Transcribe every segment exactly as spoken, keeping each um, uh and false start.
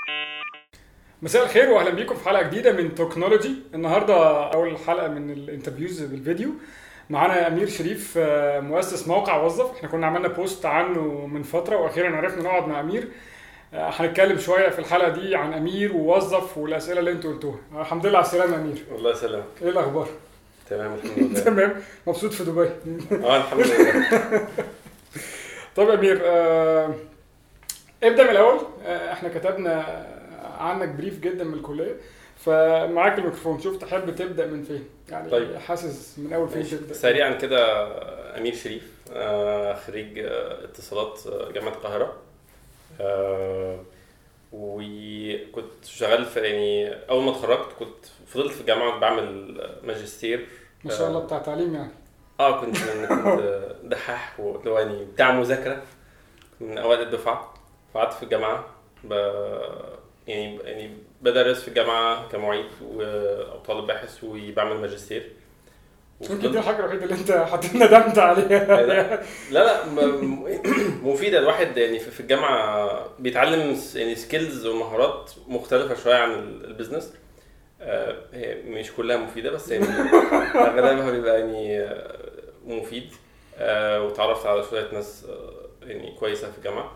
مساء الخير واهلا بيكم في حلقه جديده من توكنولوجي. النهارده اول حلقه من الانترفيوز بالفيديو. معانا امير شريف مؤسس موقع وظف. احنا كنا عملنا بوست عنه من فتره واخيرا عرفنا نقعد مع امير. هنتكلم شويه في الحلقه دي عن امير ووظف والاسئله اللي انتوا قلتوها. الحمد لله على السلامه يا امير. الله يسلمك. ايه الاخبار؟ تمام الحمد لله. تمام. مبسوط في دبي؟ اه الحمد لله. طب يا امير، آه ابدا من الاول. آه احنا كتبنا عنك بريف جدا من الكليه، فمعاك الميكروفون. شوف تحب تبدا من فين يعني؟ طيب. حاسس من اول فين تبدا؟ سريعا كده، امير شريف، آه خريج آه اتصالات آه جامعه القاهره. آه وكنت شغال في، يعني اول ما اتخرجت كنت فضلت في الجامعه بعمل ماجستير. ما شاء الله، بتاع تعليم يعني. اه كنت كنت دحاح يعني بتاع مذاكره من اوائل الدفعه. قعدت في الجامعه ب... يعني يعني بدرس في الجامعه كمعيد او طالب باحث وبعمل ماجستير. يمكن دي الحاجه الوحيده اللي انت حطيت ندمت عليها. لا لا مفيده. الواحد يعني في الجامعه بيتعلم يعني سكيلز ومهارات مختلفه شويه عن البيزنس. هي مش كلها مفيده بس يعني اغلبها بيبقى يعني مفيد. وتعرفت على شويه ناس يعني كويسه في الجامعه.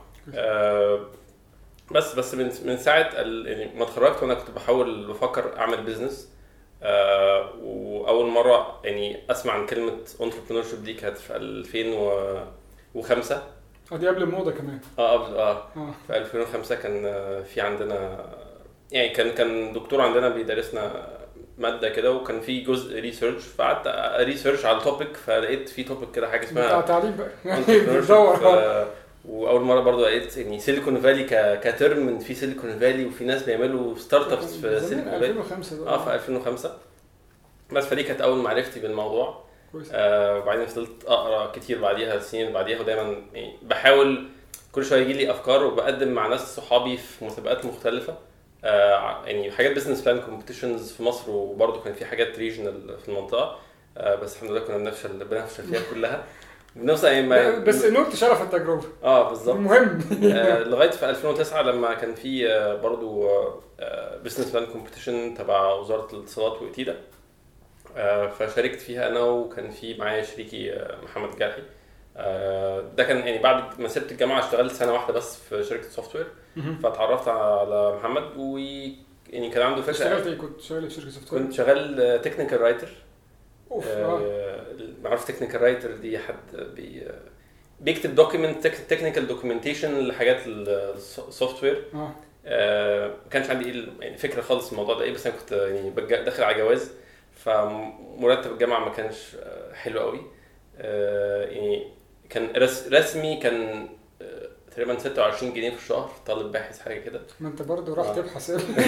بس بس من من ساعه يعني ما اتخرجت وانا كنت بحاول بفكر اعمل بيزنس. واول مره يعني اسمع عن كلمه entrepreneurship دي كانت في ألفين وخمسة. اه دي قبل الموضه كمان. اه قبل اه في ألفين وخمسة كان في عندنا يعني كان كان دكتور عندنا بيدرسنا ماده كده، وكان في جزء ريسيرش، فقعدت ريسيرش على التوبيك، فلقيت في توبيك كده حاجه اسمها بتاع تعليم بقى بتدور. واول مره برضو لقيت يعني سيليكون فالي ك كترم، من في سيليكون فالي وفي ناس بيعملوا ستارت ابس في سيليكون فالي. ألفين وخمسة اه في ألفين وخمسة. بس فدي كانت اول معرفتي بالموضوع. آه وبعدين فضلت اقرا كتير بعديها، السنين اللي بعديها، ودايما يعني بحاول كل شويه يجي لي افكار وبقدم مع ناس صحابي في مسابقات مختلفه. آه يعني حاجات بزنس بلان كومبيتيشنز في مصر، وبرضو كان في حاجات ريجنال في المنطقه. آه بس الحمد لله كنا بنفشل بنفشل فيها كلها. بنوصل يعني بس انه تشرف التجربه. اه بالظبط مهم. آه لغايه في ألفين وتسعة لما كان في آه برضو آه بزنس بلان كومبيتيشن تبع وزاره الاتصالات وإتيدا. آه فشاركت فيها انا، وكان في معايا شريكي آه محمد جارحي. آه ده كان يعني بعد ما سبت الجامعه اشتغلت سنه واحده بس في شركه سوفت وير. فتعرفت على محمد، و يعني كان عنده فكره. اشتغلت ايه؟ كنت شغال في شركه سوفت وير؟ كنت شغال تكنيكال رايتر. اوف. آه معرفش تكنيكال رايتر دي حد بي بيكتب دوكيمنت تكنيكال دوكيومنتيشن لحاجات السوفت وير. اه آه ما كانش عندي يعني فكره خالص الموضوع ده ايه، بس انا كنت يعني داخل على جواز، فمرتب الجامعه ما كانش حلو قوي. آه يعني كان رسمي كان آه تقريبا ستة وعشرين جنيه في الشهر، طالب باحث حاجه كده. ما انت برضه راح تبحث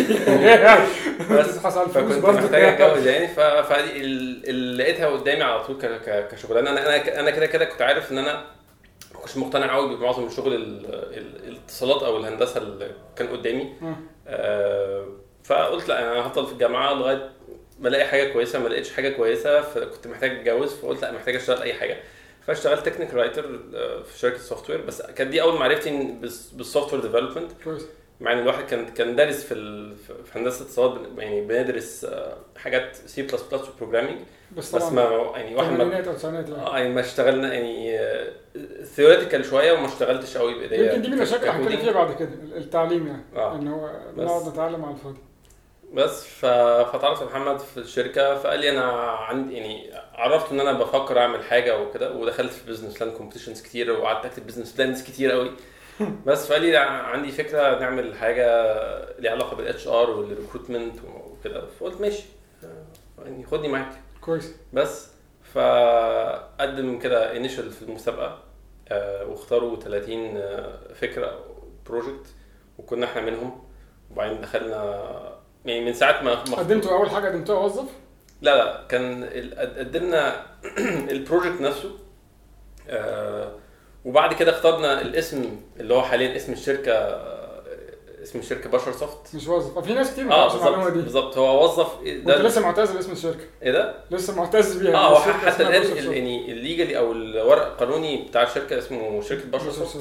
بس تبحث على الفلوس برضه، محتاج اتجوز يعني. فدي اللي لقيتها قدامي على طول كشغلانه. انا انا انا كده كده كنت عارف ان انا مش مقتنع قوي بمعظم الشغل الاتصالات او الهندسه اللي كان قدامي. آه فقلت لا انا هفضل في الجامعه لغايه ما الاقي حاجه كويسه. ما لقيتش حاجه كويسه فكنت محتاج اتجوز، فقلت لا محتاج اشتغل اي حاجه. فاشتغلت تكنيكال رايتر في شركه سوفت وير. بس كانت دي اول معرفتي بالسوفت وير ديفلوبمنت. مع ان الواحد كان كان دارس في في هندسه اتصالات، يعني بندرس حاجات سي بلس بلس وبروجرامينج، بس, بس ما يعني واحد ما اه يعني ما اشتغلنا يعني ثيوريتيكال شويه، وما اشتغلتش قوي بايديا. يمكن دي من المشاكل اللي هنتكلم فيها بعد كده، التعليم يعني. آه. ان هو بنقعد نتعلم على الفاضي. بس فتعرفت محمد في الشركه، فقال لي انا عندي يعني عرفت ان انا بفكر اعمل حاجه وكده، ودخلت في بزنس بلان كومبيتيشنز كتير، وقعدت اكتب بزنس بلانز كتير قوي. بس فقال لي عندي فكره نعمل حاجه ليها علاقه بالاتش ار والريكروتمنت وكده. فقلت ماشي يعني خدني معاك. كويس. بس فقدم كده انيشال في المسابقه، واختاروا ثلاثين فكره بروجكت، وكنا احنا منهم. وبعدين دخلنا يعني من ساعه ما قدمتوا اول حاجه قدمتوها وظف؟ لا لا كان قدمنا البروجكت نفسه. آه وبعد كده اخترنا الاسم اللي هو حاليا اسم الشركه. اسم الشركه بشر سوفت. مش وظف. في ناس كتير ما تعرفش المعلومه دي. بالظبط هو وظف. ده لسه معتز باسم الشركه. ايه ده؟ لسه معتز بيها. اه حتى الان يعني الليجالي او الورق القانوني بتاع الشركه اسمه شركه بشر سوفت.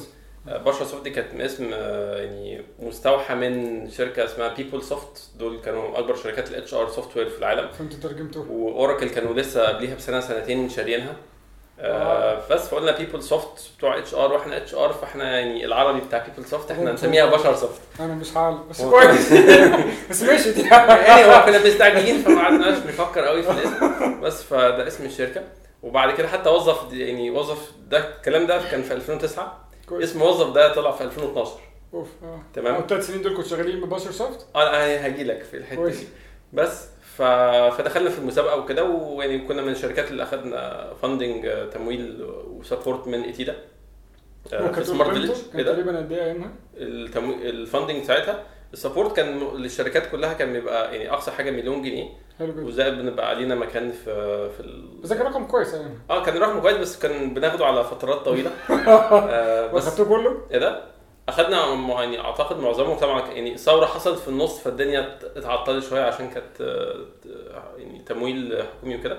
بشرة سوفت دي كانت اسم يعني مستوحى من شركه اسمها بيبل سوفت. دول كانوا اكبر شركات الاتش ار سوفت وير في العالم. فانت ترجمته. واوراكل كانوا لسه قبليها بسنه سنتين شاريينها. آه بس فقلنا بيبل سوفت بتوع اتش ار واحنا اتش ار، فاحنا يعني العربي بتاع بيبل سوفت احنا نسميها بشر سوفت. انا مش حال بس كويس. بس ماشي يعني هو كنا مستعجلين فما قعدناش نفكر قوي في الاسم، بس فده اسم الشركه. وبعد كده حتى وظف يعني وظف ده الكلام ده كان في ألفين وتسعة. كويس. اسم وظف ده طلع في ألفين واثناشر. اوف اه تمام. الثلاث سنين دول كنت شغالين ببشر سوفت. اه هاجي لك في الحته دي. بس ف... فدخلنا في المسابقه وكده، ويعني كنا من الشركات اللي اخذنا فاندنج تمويل وسبورت من ايتيدا في سمارت فيليج. كان تقريبا قد ايه ايامها التمو... الفاندنج ساعتها؟ السبورت كان للشركات كلها كان بيبقى يعني اقصى حاجه مليون جنيه. حلو جدا. وزائد بنبقى علينا مكان في في ال... بس كان رقم كويس يعني. اه كان رقم كويس، بس كان بناخده على فترات طويله. آه بس اخدته كله؟ ايه ده؟ اخدنا يعني اعتقد معظمه طبعا يعني الثوره حصلت في النص فالدنيا اتعطلت شويه عشان كانت يعني تمويل حكومي وكده.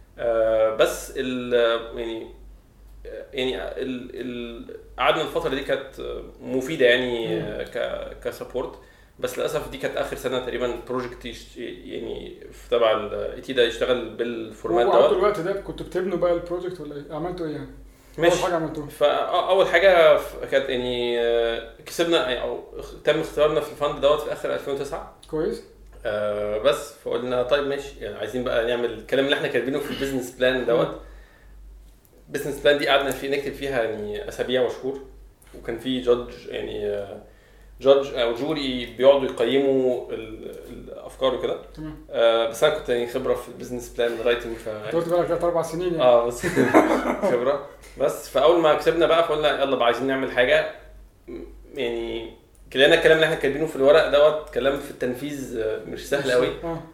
بس ال يعني يعني ال ال قعدنا الفتره دي كانت مفيده يعني ك كسبورت. بس للاسف دي كانت اخر سنه تقريبا بروجكت يعني في تبع الايتيدا يشتغل بالفورمات ده. وقت الوقت ده كنتوا بتبنوا بقى البروجكت ولا ايه؟ عملتوا ايه يعني؟ اول حاجه عملتوها فاول حاجه كانت يعني كسبنا او تم اختيارنا في الفند دوت في اخر ألفين وتسعة. كويس. آه بس فقلنا طيب ماشي يعني عايزين بقى نعمل الكلام اللي احنا كاتبينه في البيزنس بلان دوت. البيزنس بلان دي قعدنا فيه نكتب فيها يعني اسابيع وشهور، وكان في جادج يعني جادج او جوري بيقعدوا يقيموا الافكار وكده. آه بس انا كنت يعني خبره في البيزنس بلان رايتنج ف قلت بقى ثلاث اربع سنين يعني. اه بس خبره. بس فاول ما كسبنا بقى فقلنا يلا بقى عايزين نعمل حاجه يعني كلنا الكلام اللي احنا كاتبينه في الورق دوت كلام في التنفيذ مش سهل قوي.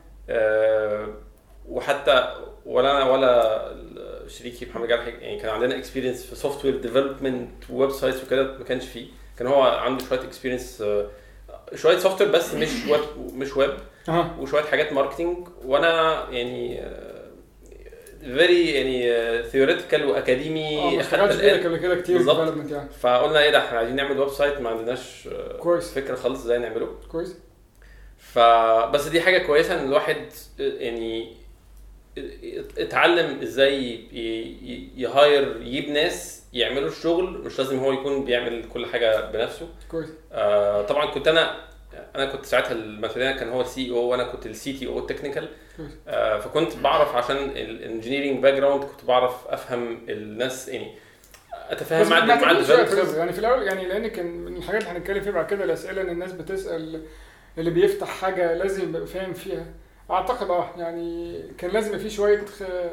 آه وحتى ولا انا ولا شريكي محمد جارح يعني كان عندنا اكسبيرينس في سوفت وير ديفلوبمنت وويب سايتس وكده، ما كانش فيه. كان هو عنده شويه اكسبيرينس شويه سوفت وير بس مش ويب مش ويب أه. وشويه حاجات ماركتنج، وانا يعني فيري يعني ثيوريتيكال واكاديمي اه حتى كده كده كتير ديفلوبمنت يعني. فقلنا ايه ده احنا عايزين نعمل ويب سايت ما عندناش كويس. فكره خالص ازاي نعمله. كويس. فبس دي حاجه كويسه ان الواحد يعني اتعلم ازاي يهاير يجيب ناس يعملوا الشغل، مش لازم هو يكون بيعمل كل حاجه بنفسه. كويس. آه طبعا كنت انا انا كنت ساعتها المسؤوليه كان هو السي او وانا كنت السي تي او التكنيكال. آه فكنت بعرف عشان الانجينيرنج باك جراوند كنت بعرف افهم الناس يعني اتفاهم مع مع الديفلوبرز يعني في الاول يعني، لان كان من الحاجات اللي هنتكلم فيها بعد كده الاسئله ان الناس بتسال اللي بيفتح حاجه لازم يبقى فاهم فيها. اعتقد اه يعني كان لازم في شويه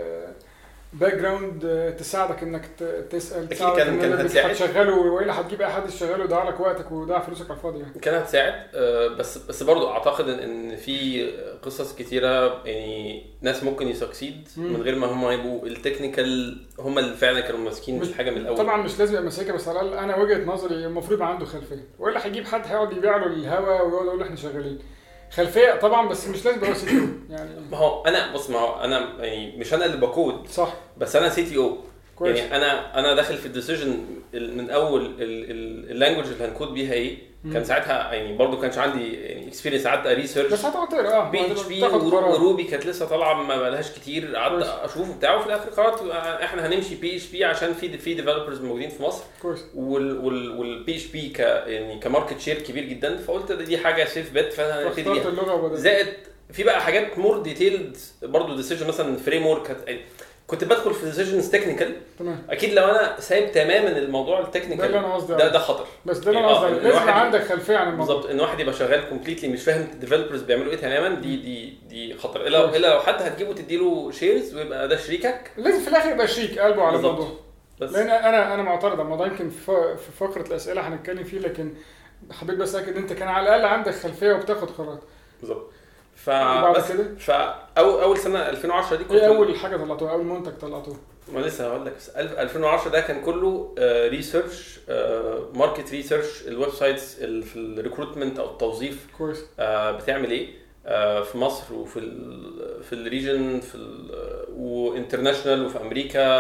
باك جراوند تساعدك انك تسال تساعدك انك تشغله، والا هتجيب اي حد يشغله يضيع لك وقتك ويضيع فلوسك على الفاضي يعني. كانت هتساعد بس بس برضو اعتقد ان في قصص كتيره يعني ناس ممكن يسكسيد من غير ما هم يبقوا التكنيكال هم اللي فعلا كانوا ماسكين الحاجه من الاول. طبعا مش لازم يبقى ماسكها، بس على الاقل انا وجهه نظري المفروض يبقى عنده خلفيه، والا هيجيب حد هيقعد يبيع له الهوا ويقعد يقول له احنا شغالين. خلفيه طبعا بس مش لازم يبقى سي تي او يعني. ما هو انا بص ما هو انا يعني مش انا اللي بكود صح، بس انا سي تي او يعني انا انا داخل في الديسيجن من اول اللانجويج اللي هنكود بيها ايه. كان ساعتها يعني برضو كانش عندي يعني اكسبيرينس، قعدت ريسيرش بس هتقعد تقرا اه بي اتش بي وروبي كانت لسه طالعه ما بقالهاش كتير، قعدت اشوف بتاعه وفي الاخر قررت احنا هنمشي بي اتش بي عشان في في ديفلوبرز موجودين في مصر كويس، والبي اتش بي ك يعني كماركت شير كبير جدا، فقلت دي حاجه سيف بيت فهنبتدي بيها. زائد في بقى حاجات مور ديتيلد برضو ديسيجن مثلا فريم ورك كنت بدخل في ديسيجنز تكنيكال. اكيد لو انا سايب تماما الموضوع التكنيكال ده ده, ده خطر، بس ده اللي انا قصدي لازم عندك خلفيه عن الموضوع بالظبط. ان واحد يبقى شغال كومبليتلي مش فاهم الديفلوبرز بيعملوا ايه تماما، دي دي دي خطر. الا الا لو حد هتجيبه تديله شيرز ويبقى ده شريكك، لازم في الاخر يبقى شريك قلبه على الموضوع. لان انا انا معترض على الموضوع، يمكن في فقره الاسئله هنتكلم فيه، لكن حبيت بس اكد ان انت كان على الاقل عندك خلفيه وبتاخد قرارات بالظبط. ف بس فاول اول سنه ألفين وعشرة دي كنت ايه اول حاجه طلعتوها، اول منتج طلعتوه؟ ما لسه هقول لك. ألفين وعشرة ده كان كله ريسيرش ماركت ريسيرش، الويب سايتس في الريكروتمنت او التوظيف كويس بتعمل ايه في مصر وفي ال في الريجن في وانترناشونال وفي امريكا،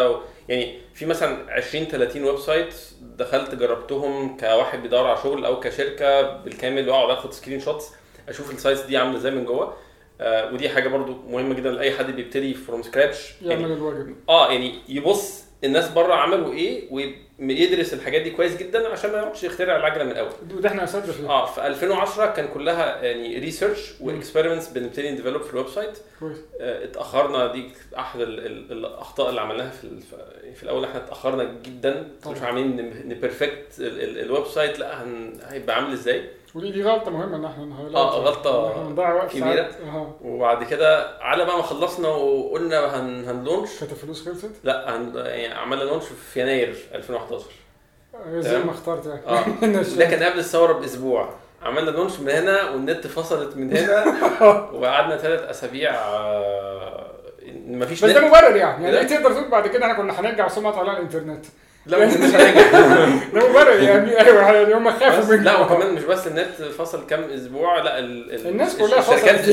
يعني في مثلا عشرين ثلاثين ويب سايت دخلت جربتهم كواحد بيدور على شغل او كشركه بالكامل، واقعد اخد سكرين شوتس اشوف السايتس دي عامله ازاي من جوه. آه ودي حاجه برضو مهمه جدا لاي حد بيبتدي فروم سكراتش، يعمل يعني الواجب. اه يعني يبص الناس بره عملوا ايه ويدرس الحاجات دي كويس جدا عشان ما يقعدش يخترع العجله من الاول. وده احنا اساتذه فيه. اه في ألفين وعشرة كان كلها يعني ريسيرش واكسبيرمنتس بنبتدي نديفلوب في الويب سايت. كويس. آه اتاخرنا، دي احد ال ال الاخطاء اللي عملناها في في الاول. احنا اتاخرنا جدا، مش عاملين نبرفكت الويب سايت، لا هيبقى عامل ازاي. ودي دي غلطه مهمه ان احنا نهايلايت. اه غلطه كبيره. أه. وبعد كده على بقى ما خلصنا وقلنا هن هنلونش، كانت الفلوس خلصت. لا هن يعني عملنا لونش في يناير ألفين وحداشر. زي ما اخترت يعني. اه ده كان قبل الثوره باسبوع. عملنا لونش من هنا والنت فصلت من هنا وقعدنا ثلاث اسابيع آه مفيش بس ده مبرر يعني يعني تقدر تقول بعد كده احنا كنا هنرجع سمعة على الانترنت. لا مش هنرجع. ده مبرر يعني. ايوه يعني هم خافوا منه. لا وكمان مش بس النت فصل كام اسبوع، لا ال ال الناس كلها فصلت.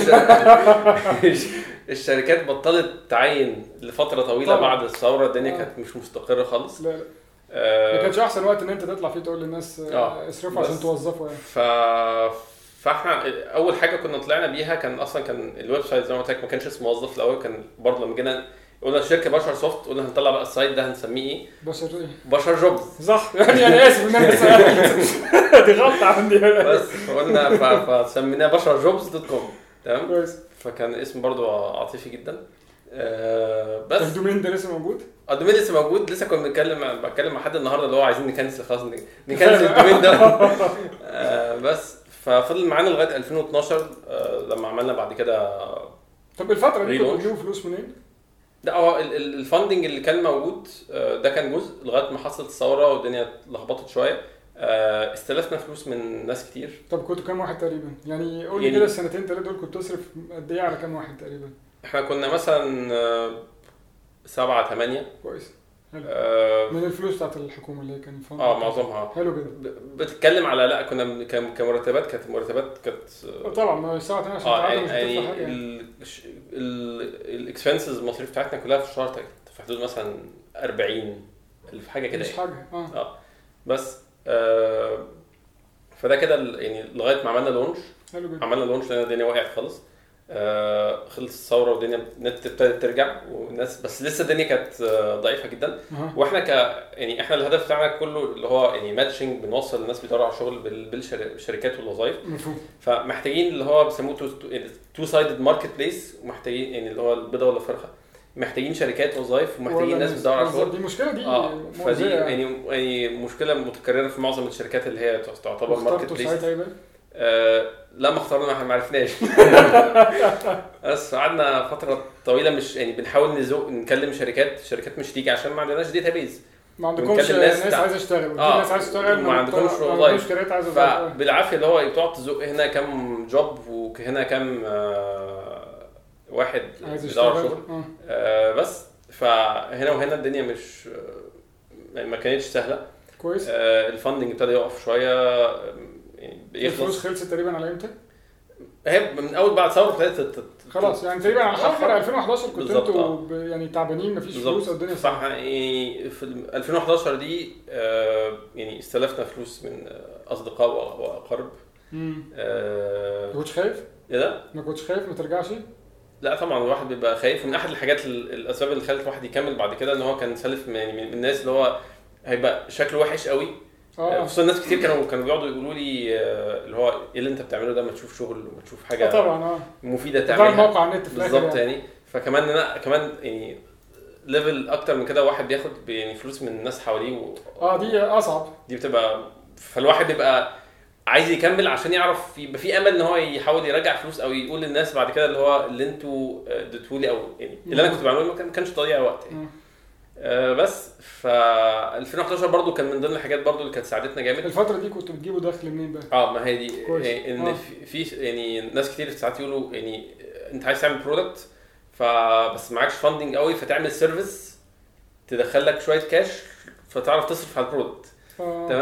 الشركات بطلت تعين لفتره طويله طبعا. بعد الثوره الدنيا آه. كانت مش مستقره خالص. لا لا آه ما كانش احسن وقت ان انت تطلع فيه تقول للناس آه. اصرفوا عشان توظفوا يعني. ف فاحنا اول حاجه كنا طلعنا بيها كان اصلا كان الويب سايت زي ما قلت لك ما كانش اسمه موظف الاول. كان برضه لما جينا قلنا الشركه بشر سوفت، قلنا هنطلع بقى السايت ده هنسميه ايه؟ بشر ايه؟ بشر جوبز. صح يعني انا اسف ان انا سالت. دي غلطه عندي بس قلنا فسميناه بشر جوبز دوت كوم. تمام كويس. فكان اسم برضه عاطفي جدا. أه بس الدومين ده لسه موجود؟ الدومين لسه موجود. لسه كنا بنتكلم بتكلم مع حد النهارده اللي هو عايزين نكنسل خلاص نكنسل الدومين ده. أه بس ففضل معانا لغايه ألفين واثناشر أه لما عملنا بعد كده. طب الفتره دي كنتوا بتجيبوا فلوس منين؟ ده هو الفاندنج اللي كان موجود ده كان جزء لغايه ما حصلت الثوره والدنيا لخبطت شويه. استلفنا فلوس من ناس كتير. طب كنتوا كام واحد تقريبا؟ يعني قول لي يعني كده السنتين ثلاثه دول كنت تصرف قد ايه على كام واحد تقريبا؟ احنا كنا مثلا سبعة ثمانية. كويس. آه من الفلوس بتاعت الحكومه اللي كان فاند. اه معظمها. حلو جدا. بتتكلم على لا كنا كمرتبات كانت مرتبات كانت طبعا ما سبعة ثمانية عشان تعادل مش بتدفع حاجه. الاكسبنسز المصاريف بتاعتنا كلها في الشهر في حدود مثلا أربعين ألف حاجه كده. مش حاجه اه, آه. بس آه فده كده يعني لغايه ما عملنا لونش. حلو جدا. عملنا لونش لان الدنيا وقعت خالص. آه خلص الثوره والدنيا النت ابتدت ترجع والناس بس لسه الدنيا كانت آه ضعيفه جدا. أه. واحنا ك يعني احنا الهدف بتاعنا كله اللي هو يعني ماتشنج، بنوصل الناس بيدوروا على شغل بالشركات والوظائف. فمحتاجين اللي هو بيسموه تو سايدد ماركت بليس، ومحتاجين يعني اللي هو البيضه ولا الفرخه. محتاجين شركات وظائف ومحتاجين ناس بتدور على شغل. دي المشكله دي اه فدي يعني يعني مشكله متكرره في معظم الشركات اللي هي تعتبر ماركت بليس. آه لا ما اخترنا، ما عرفناش. بس قعدنا فتره طويله مش يعني بنحاول نزق نكلم شركات شركات مش تيجي عشان ما عندناش داتابيز. ما عندكمش ناس عايزه تشتغل. آه ناس عايزه تشتغل ما عندكمش وظايف. فبالعافيه اللي هو بتقعد تزق هنا كام جوب وهنا كام آه واحد بيدور شغل. آه. آه بس فهنا وهنا الدنيا مش يعني ما كانتش سهله. كويس. آه الفاندنج ابتدى يقف شويه. الفلوس خلصت تقريبا على امتى؟ هي من اول بعد ثوره ابتدت خلاص يعني تقريبا على اخر ألفين وحداشر كنتوا انتوا يعني تعبانين مفيش فلوس والدنيا صح. يعني في ألفين وحداشر دي آه يعني استلفنا فلوس من اصدقاء واقارب. امم آه كنتش خايف؟ ايه ده؟ ما كنتش خايف ما ترجعش؟ لا طبعا الواحد بيبقى خايف. ومن احد الحاجات الاسباب اللي خلت الواحد يكمل بعد كده ان هو كان سلف من, من الناس اللي هو هيبقى شكله وحش قوي. اه خصوصا ناس كتير كانوا كانوا بيقعدوا يقولوا لي اللي هو ايه اللي انت بتعمله ده، ما تشوف شغل وما تشوف حاجه. آه طبعا اه مفيده تعملها. طبعا موقع النت في الاخر بالظبط يعني. فكمان انا كمان يعني ليفل اكتر من كده واحد بياخد يعني فلوس من الناس حواليه و... اه دي اصعب. دي بتبقى فالواحد بيبقى عايز يكمل عشان يعرف يبقى في امل ان هو يحاول يرجع فلوس او يقول للناس بعد كده اللي هو اللي انتوا اديتوا لي او يعني اللي انا كنت بعمله ما كانش تضييع وقت يعني. آه بس ف ألفين وحداشر برضو كان من ضمن الحاجات برضو اللي كانت ساعدتنا جامد. الفتره دي كنتوا بتجيبوا دخل منين بقى؟ اه ما هي دي يعني ان آه. في يعني ناس كتير ساعات يقولوا يعني انت عايز تعمل برودكت فبس معكش فاندنج قوي فتعمل سيرفيس تدخل لك شويه كاش فتعرف تصرف على البرودكت. آه. تمام.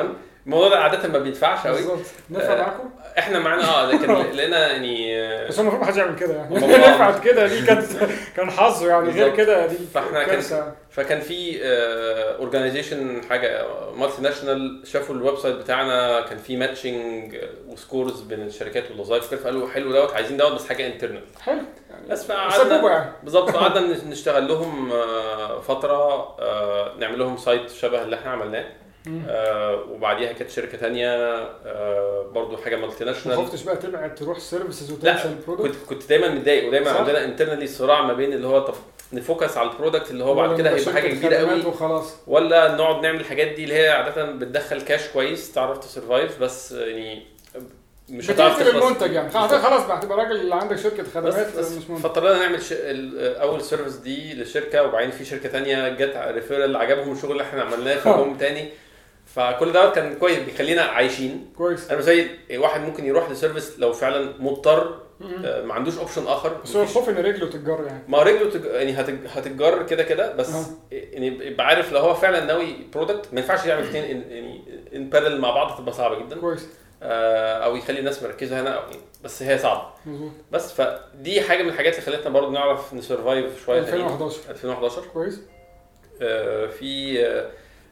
الموضوع ده عاده ما بيدفعش قوي. بالظبط. نفع معاكم احنا معانا اه لكن لقينا يعني بس هو المفروض ما حدش يعمل كده يعني نفعت كده دي كانت كان حظه يعني غير كده دي. فاحنا كان فكان في اورجانيزيشن حاجه مالتي ناشونال شافوا الويب سايت بتاعنا كان في ماتشنج وسكورز بين الشركات والوظائف كده فقالوا حلو دوت عايزين دوت بس حاجه انترنال حلو يعني بس فقعدنا يعني. بالظبط قعدنا نشتغل لهم فتره نعمل لهم سايت شبه اللي احنا عملناه آه وبعديها كانت شركه ثانيه آه برضو حاجه مالتي ناشونال. ما خفتش بقى تبعد تروح سيرفيسز وتنسى البرودكت؟ كنت كنت دايما متضايق ودايما عندنا انترنالي صراع ما بين اللي هو طب نفوكس على البرودكت اللي هو بعد كده هيبقى حاجه كبيره قوي وخلاص ولا نقعد نعمل الحاجات دي اللي هي عاده بتدخل كاش كويس تعرف تسرفايف بس يعني مش هتعرف تخلص المنتج يعني خلاص بقى هتبقى راجل اللي عندك شركه خدمات مش مهم. فاضطرينا نعمل ش... اول سيرفيس دي للشركه وبعدين في شركه ثانيه جت ريفيرال عجبهم الشغل اللي احنا عملناه فجم ثاني فكل ده كان كويس بيخلينا عايشين كويس. انا زي واحد ممكن يروح لسيرفيس لو فعلا مضطر ما عندوش اوبشن اخر بس هو خوف ان رجله تتجر يعني ما رجله تج... يعني هتج... هتتجر كده كده بس أه. يعني يبقى عارف لو هو فعلا ناوي برودكت ما ينفعش يعمل اثنين إن... يعني ان بارل مع بعض تبقى صعبه جدا كويس آه او يخلي الناس مركزه هنا أو بس هي صعبه بس فدي حاجه من الحاجات اللي خلتنا برضه نعرف نسرفايف شويه ألفين وحداشر ألفين وحداشر كويس آه في آه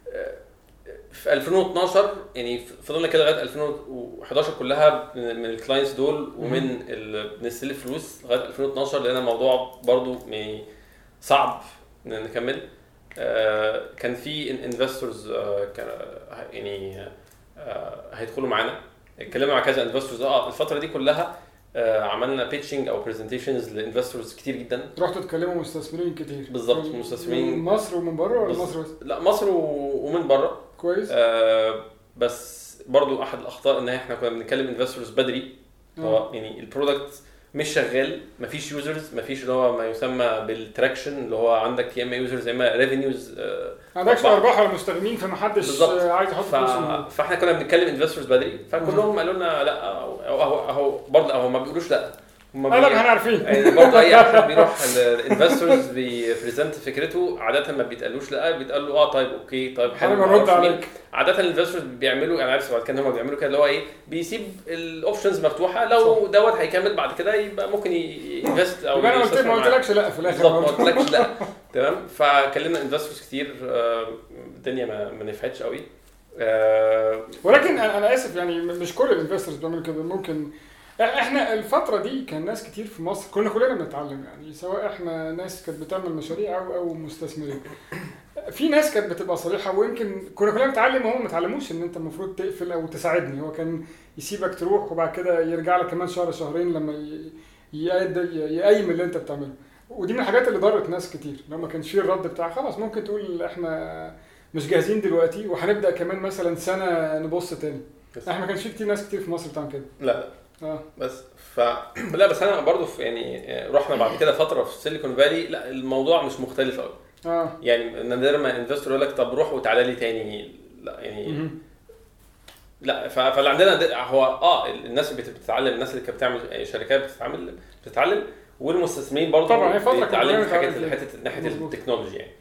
في ألفين واثناشر يعني فضلنا كده لغايه ألفين وحداشر كلها من الكلاينتس دول ومن بنستلف فلوس لغايه ألفين واثناشر لقينا الموضوع برضو يعني صعب نكمل آه كان في انفستورز آه يعني آه هيدخلوا معانا اتكلمنا مع كذا انفستورز اه الفتره دي كلها آه عملنا بيتشنج او برزنتيشنز لانفستورز كتير جدا رحتوا تكلموا مستثمرين كتير بالظبط مستثمرين من مصر ومن بره ولا مصر بس لا مصر ومن بره كويس آه بس برضو احد الاخطاء ان احنا كنا بنتكلم انفستورز بدري هو يعني البرودكت مش شغال مفيش يوزرز مفيش اللي هو ما يسمى بالتراكشن اللي هو عندك يا اما يوزرز يا اما ريفينيوز آه عندكش ارباح ولا مستخدمين فمحدش عايز يحط فلوس ف... فاحنا كنا بنتكلم انفستورز بدري فكلهم قالوا لنا لا اهو اهو برضه اهو ما بيقولوش لا هم لا احنا عارفين يعني برضه اي حد بيروح الانفستورز بيبريزنت فكرته عاده ما بيتقالوش لا بيتقال له اه طيب اوكي طيب حلو نرد عليك عاده الانفستورز بيعملوا انا عارف كان هم بيعملوا كده اللي هو ايه بيسيب الاوبشنز مفتوحه لو دوت هيكمل بعد كده يبقى ممكن ينفست او يبقى انا قلت ما قلتلكش لا في الاخر ما قلتلكش لا تمام فكلمنا انفستورز كتير الدنيا ما ما نفعتش قوي ولكن انا اسف يعني مش كل الانفستورز بيعملوا كده ممكن احنا الفتره دي كان ناس كتير في مصر كنا كلنا بنتعلم يعني سواء احنا ناس كانت بتعمل مشاريع او او مستثمرين في ناس كانت بتبقى صريحه ويمكن كنا كلنا بنتعلم وهم ما اتعلموش ان انت المفروض تقفل او تساعدني هو كان يسيبك تروح وبعد كده يرجع لك كمان شهر شهرين لما يقيم اللي انت بتعمله ودي من الحاجات اللي ضرت ناس كتير لو ما كانش فيه الرد بتاع خلاص ممكن تقول احنا مش جاهزين دلوقتي وهنبدا كمان مثلا سنه نبص تاني احنا ما كانش في كتير ناس كتير في مصر بتعمل كده لا اه بس ف لا بس انا برضو في يعني رحنا بعد كده فتره في سيليكون فالي لا الموضوع مش مختلف قوي اه يعني نادر ما انفستور يقول لك طب روح وتعالى لي تاني لا يعني م- لا فاللي عندنا هو اه الناس اللي بتتعلم الناس اللي كانت بتعمل شركات بتتعامل بتتعلم والمستثمرين برضو طبعا هي فتره بتتعلم حاجات حته ناحيه التكنولوجيا يعني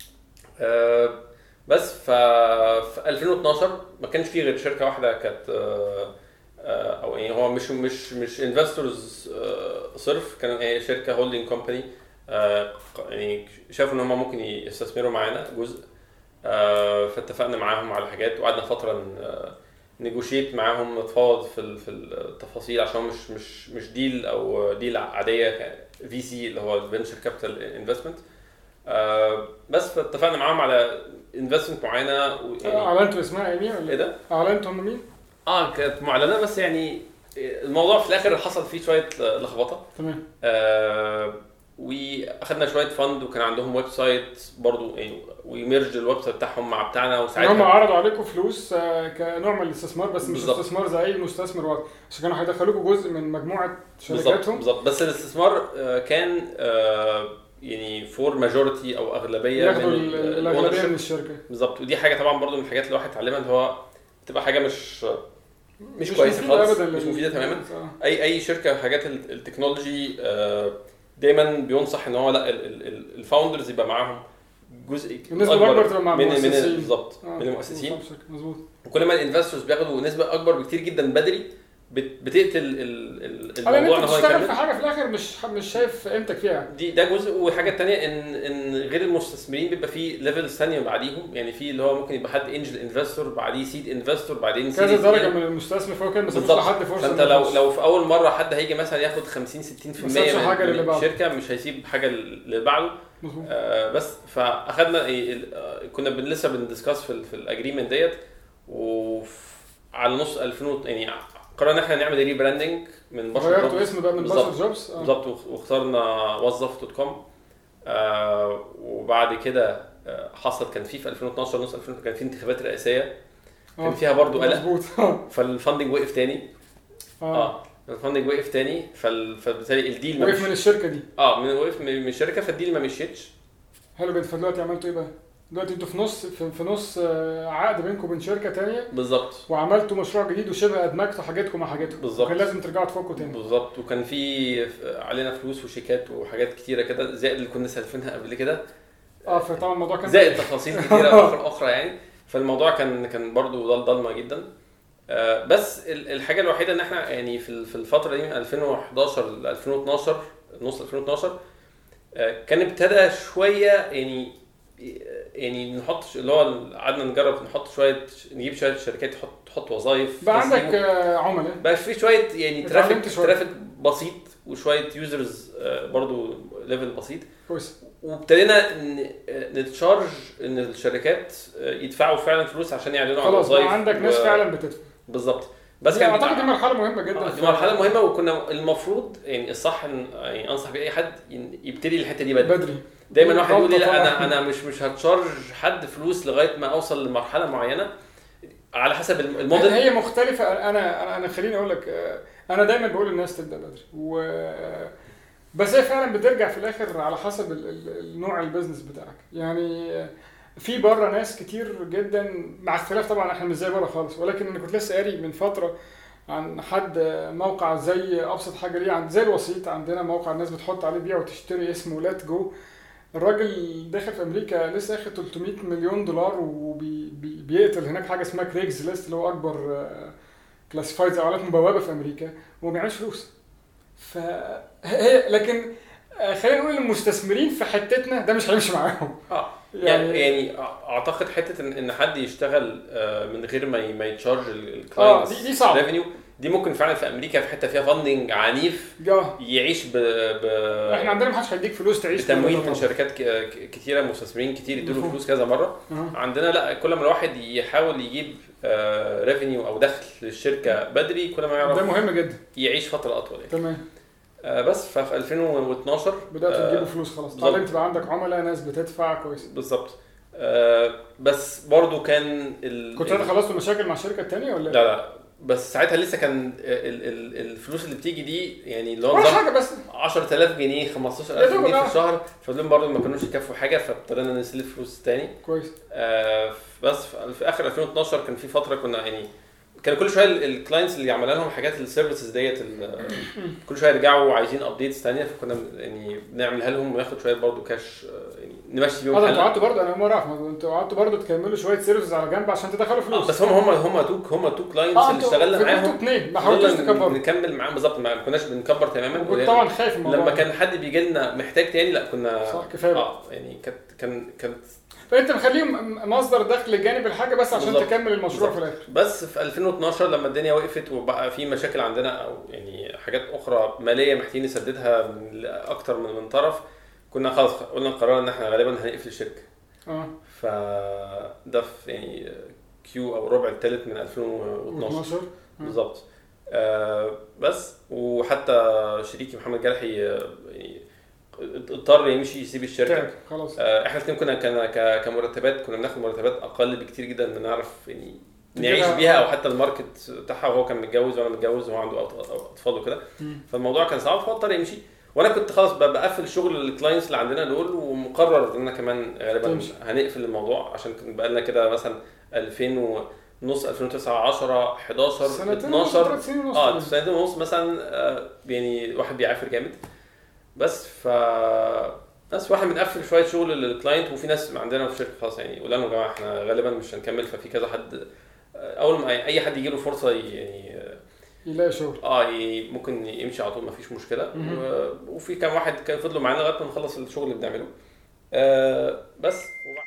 آه بس ف في ألفين واثناشر ما كانش في غير شركه واحده كانت آه او يعني هو مش مش مش انفستورز صرف كان هي شركه هولدنج كومباني يعني شافوا ان هم ممكن يستثمروا معانا جزء فاتفقنا معاهم على حاجات وقعدنا فتره نيجوشيت معاهم نتفاوض في في التفاصيل عشان مش مش مش ديل او ديل عاديه في سي اللي هو فينشر كابيتال انفستمنت بس فاتفقنا معاهم على انفستمنت معينه يعني اعلنتوا اسمها ايه ولا ايه ده اعلنتوا هم مين اه كانت معلنه بس يعني الموضوع في الاخر حصل فيه شويه لخبطه تمام آه واخدنا شويه فند وكان عندهم ويب سايت برضو يعني ويمرج الويب سايت بتاعهم مع بتاعنا وساعتها هم عرضوا عليكم فلوس آه كنوع من الاستثمار بس مش بالزبط. استثمار زي اي مستثمر واحد عشان كانوا هيدخلوكوا جزء من مجموعه شركاتهم بالظبط بس الاستثمار آه كان آه يعني فور ماجورتي او اغلبيه من الاغلبيه من الشركه بالظبط ودي حاجه طبعا برضو من الحاجات اللي الواحد اتعلمها اللي هو تبقى حاجه مش مش, مش كويسه خالص مش مفيده تماما اي اي شركه حاجات التكنولوجي دايما بينصح ان هو لا الفاوندرز يبقى معاهم جزء اكبر من من بالظبط آه. من المؤسسين مظبوط. وكل ما الانفستورز بياخدوا نسبه اكبر بكتير جدا بدري بتقتل الموضوع. ان هو يكمل في حاجه في الاخر مش مش شايف قيمتك فيها دي ده جزء. وحاجه ثانيه ان ان غير المستثمرين بيبقى في ليفل ثانيه بعديهم، يعني في اللي هو ممكن يبقى حد انجل انفستور بعديه سيد انفستور بعدين كذا درجه من المستثمر، فهو كان مسؤول لحد فرصه. فانت لو لو في اول مره حد هيجي مثلا ياخد خمسين ستين بالمية من الشركه مش هيسيب حاجه اللي بعده. آه بس فاخدنا إيه كنا لسه بندسكاس في في الاجريمنت ديت، وعلى نص ألفين يعني قررنا احنا نعمل ري براندنج من بشر جوبز. غيرتوا اسمه بقى من بشر جوبز بالظبط، واخترنا وظف دوت كوم. آه وبعد كده آه حصل كان في في ألفين واثناشر نص ألفين كان في انتخابات رئاسيه كان فيها برضو قلق فالفاندنج وقف تاني. اه, آه. الفاندنج وقف تاني فبالتالي الديل وقف من الشركه دي. اه من وقف من الشركه فالديل ما مشيتش. حلو جدا. فدلوقتي عملتوا ايه بقى؟ دلوقتي انتوا في نص في, في نص عقد بينكم وبين شركه ثانيه بالظبط، وعملتوا مشروع جديد وشبه ادمجتوا حاجاتكم مع حاجاتكم بالظبط. كان لازم ترجعوا تفكوا تاني بالظبط. وكان في علينا فلوس وشيكات وحاجات كتيره كده زائد اللي كنا سالفينها قبل كده. اه فطبعا الموضوع كان زائد تفاصيل كتيره اخرى يعني. فالموضوع كان كان برضو ضل ضلمه جدا. آه بس الحاجه الوحيده ان احنا يعني في في الفتره دي من ألفين وحداشر ل ألفين واثناشر نص ألفين واثناشر آه كان ابتدى شويه يعني يعني نحط اللي هو قعدنا نجرب نحط شويه نجيب شويه شركات تحط تحط وظايف بقى عندك عملاء بقى في شويه يعني ترافيك ترافيك بسيط وشويه يوزرز برضو ليفل بسيط كويس. وابتدينا نتشارج ان الشركات يدفعوا فعلا فلوس عشان يعلنوا عن وظايف. خلاص عندك ناس و... فعلا بتدفع بالظبط. بس كان اعتقد دي مرحله مهمه جدا. دي مرحله مهمه وكنا المفروض يعني الصح يعني انصح باي حد يبتدي الحته دي بدري, بدري. دايما واحد يقول لي لا انا انا مش مش هتشارج حد فلوس لغايه ما اوصل لمرحله معينه على حسب الموديل. هي مختلفه. انا انا خليني اقول لك انا دايما بقول للناس تبدا بدري و بس هي فعلا بترجع في الاخر على حسب النوع البيزنس بتاعك. يعني في بره ناس كتير جدا مع اختلاف طبعا احنا مش زي بره خالص، ولكن انا كنت لسه قاري من فتره عن حد موقع زي ابسط حاجه ليه عند زي الوسيط عندنا موقع الناس بتحط عليه بيع وتشتري اسمه لات جو. الراجل داخل في امريكا لسه اخد ثلاثمية مليون دولار وبيقتل هناك حاجه اسمها كريجز ليست اللي هو اكبر كلاسيفايدز اعلانات مبوابه في امريكا وما بيعملش فلوس. فهي لكن خلينا نقول المستثمرين في حتتنا ده مش هيمشي معاهم. اه يعني يعني اعتقد حته ان حد يشتغل من غير ما ما يتشارج الكلاينتس اه دي, دي صعبه ريفينيو دي ممكن فعلا في امريكا في حته فيها فاندنج عنيف جا. يعيش ب... ب احنا عندنا ما حدش هيديك فلوس تعيش تمويل من شركات كتيره مستثمرين كتير يدوا فلوس كذا مره. أه. عندنا لا كل ما الواحد يحاول يجيب ريفينيو او دخل للشركه بدري كل ما يعرف ده مهم جدا يعيش فتره اطول يعني. تمام. بس ففي ألفين واثناشر بدات تجيبوا فلوس خلاص اتعلمت بقى عندك عملاء ناس بتدفع كويس بالظبط. آه بس برضو كان ال... كنت انت خلصت المشاكل مع الشركه الثانيه ولا لا لا بس ساعتها لسه كان ال ال الفلوس اللي بتيجي دي يعني اللي هو حاجه بس عشرة آلاف جنيه خمستاشر ألف جنيه في الشهر فدول برضو ما كانوش يكفوا حاجه فاضطرينا نسلف فلوس تاني كويس. آه بس في اخر ألفين واثناشر كان في فتره كنا يعني كان كل شويه الكلاينتس اللي عملنا لهم حاجات السيرفيسز ديت كل شويه يرجعوا عايزين ابديتس ثانيه فكنا يعني بنعملها لهم وناخد شويه برضو كاش يعني نمشي بيهم الحال. انتوا قعدتوا برضو انا ما اعرف انتوا قعدتوا برضو تكملوا شويه سيرفيسز على جنب عشان تدخلوا فلوس. آه بس هم هم هم تو هم تو كلاينتس اللي اشتغلنا معاهم انتوا اثنين ما حاولتوش تكبروا نكمل معاهم بالظبط ما كناش بنكبر تماما. كنت طبعا خايف الموضوع لما كان حد بيجي لنا محتاج تاني لا كنا صح كفايه اه يعني كانت كان كانت فانت مخليهم مصدر دخل جانب الحاجه بس عشان بالزبط. تكمل المشروع بالزبط. في الاخر. بس في ألفين واثناشر لما الدنيا وقفت وبقى في مشاكل عندنا او يعني حاجات اخرى ماليه محتاجين نسددها من اكتر من من طرف كنا خلاص قلنا قررنا ان احنا غالبا هنقفل الشركه. اه فده في يعني كيو او ربع الثالث من ألفين واثناشر بالظبط. آه بس وحتى شريكي محمد جرحي يعني اضطر يمشي يسيب الشركه خلاص. آه احنا الاثنين كنا كنا كمرتبات كنا بناخد مرتبات اقل بكتير جدا من نعرف يعني نعيش بيها او حتى الماركت بتاعها وهو كان متجوز وانا متجوز وهو عنده اطفال وكده فالموضوع كان صعب فاضطر يمشي وانا كنت خلاص بقفل شغل الكلاينتس اللي عندنا دول ومقرر ان انا كمان غالبا هنقفل الموضوع عشان بقى لنا كده مثلا ألفين ونص ألفين وتسعة عشرة حداشر اتناشر اه سنتين ونص مثلا آه يعني واحد بيعافر جامد بس ف بس واحد بنقفل شويه شغل للكلاينت، وفي ناس عندنا في الشركه خلاص يعني قلنا لهم يا جماعه احنا غالبا مش هنكمل، ففي كذا حد اول ما اي حد يجي له فرصه يعني يلاقي شغل اه يعني ممكن يمشي على طول ما فيش مشكله. وفي كام واحد كان فضلوا معانا لغايه ما نخلص الشغل اللي بنعمله. آه بس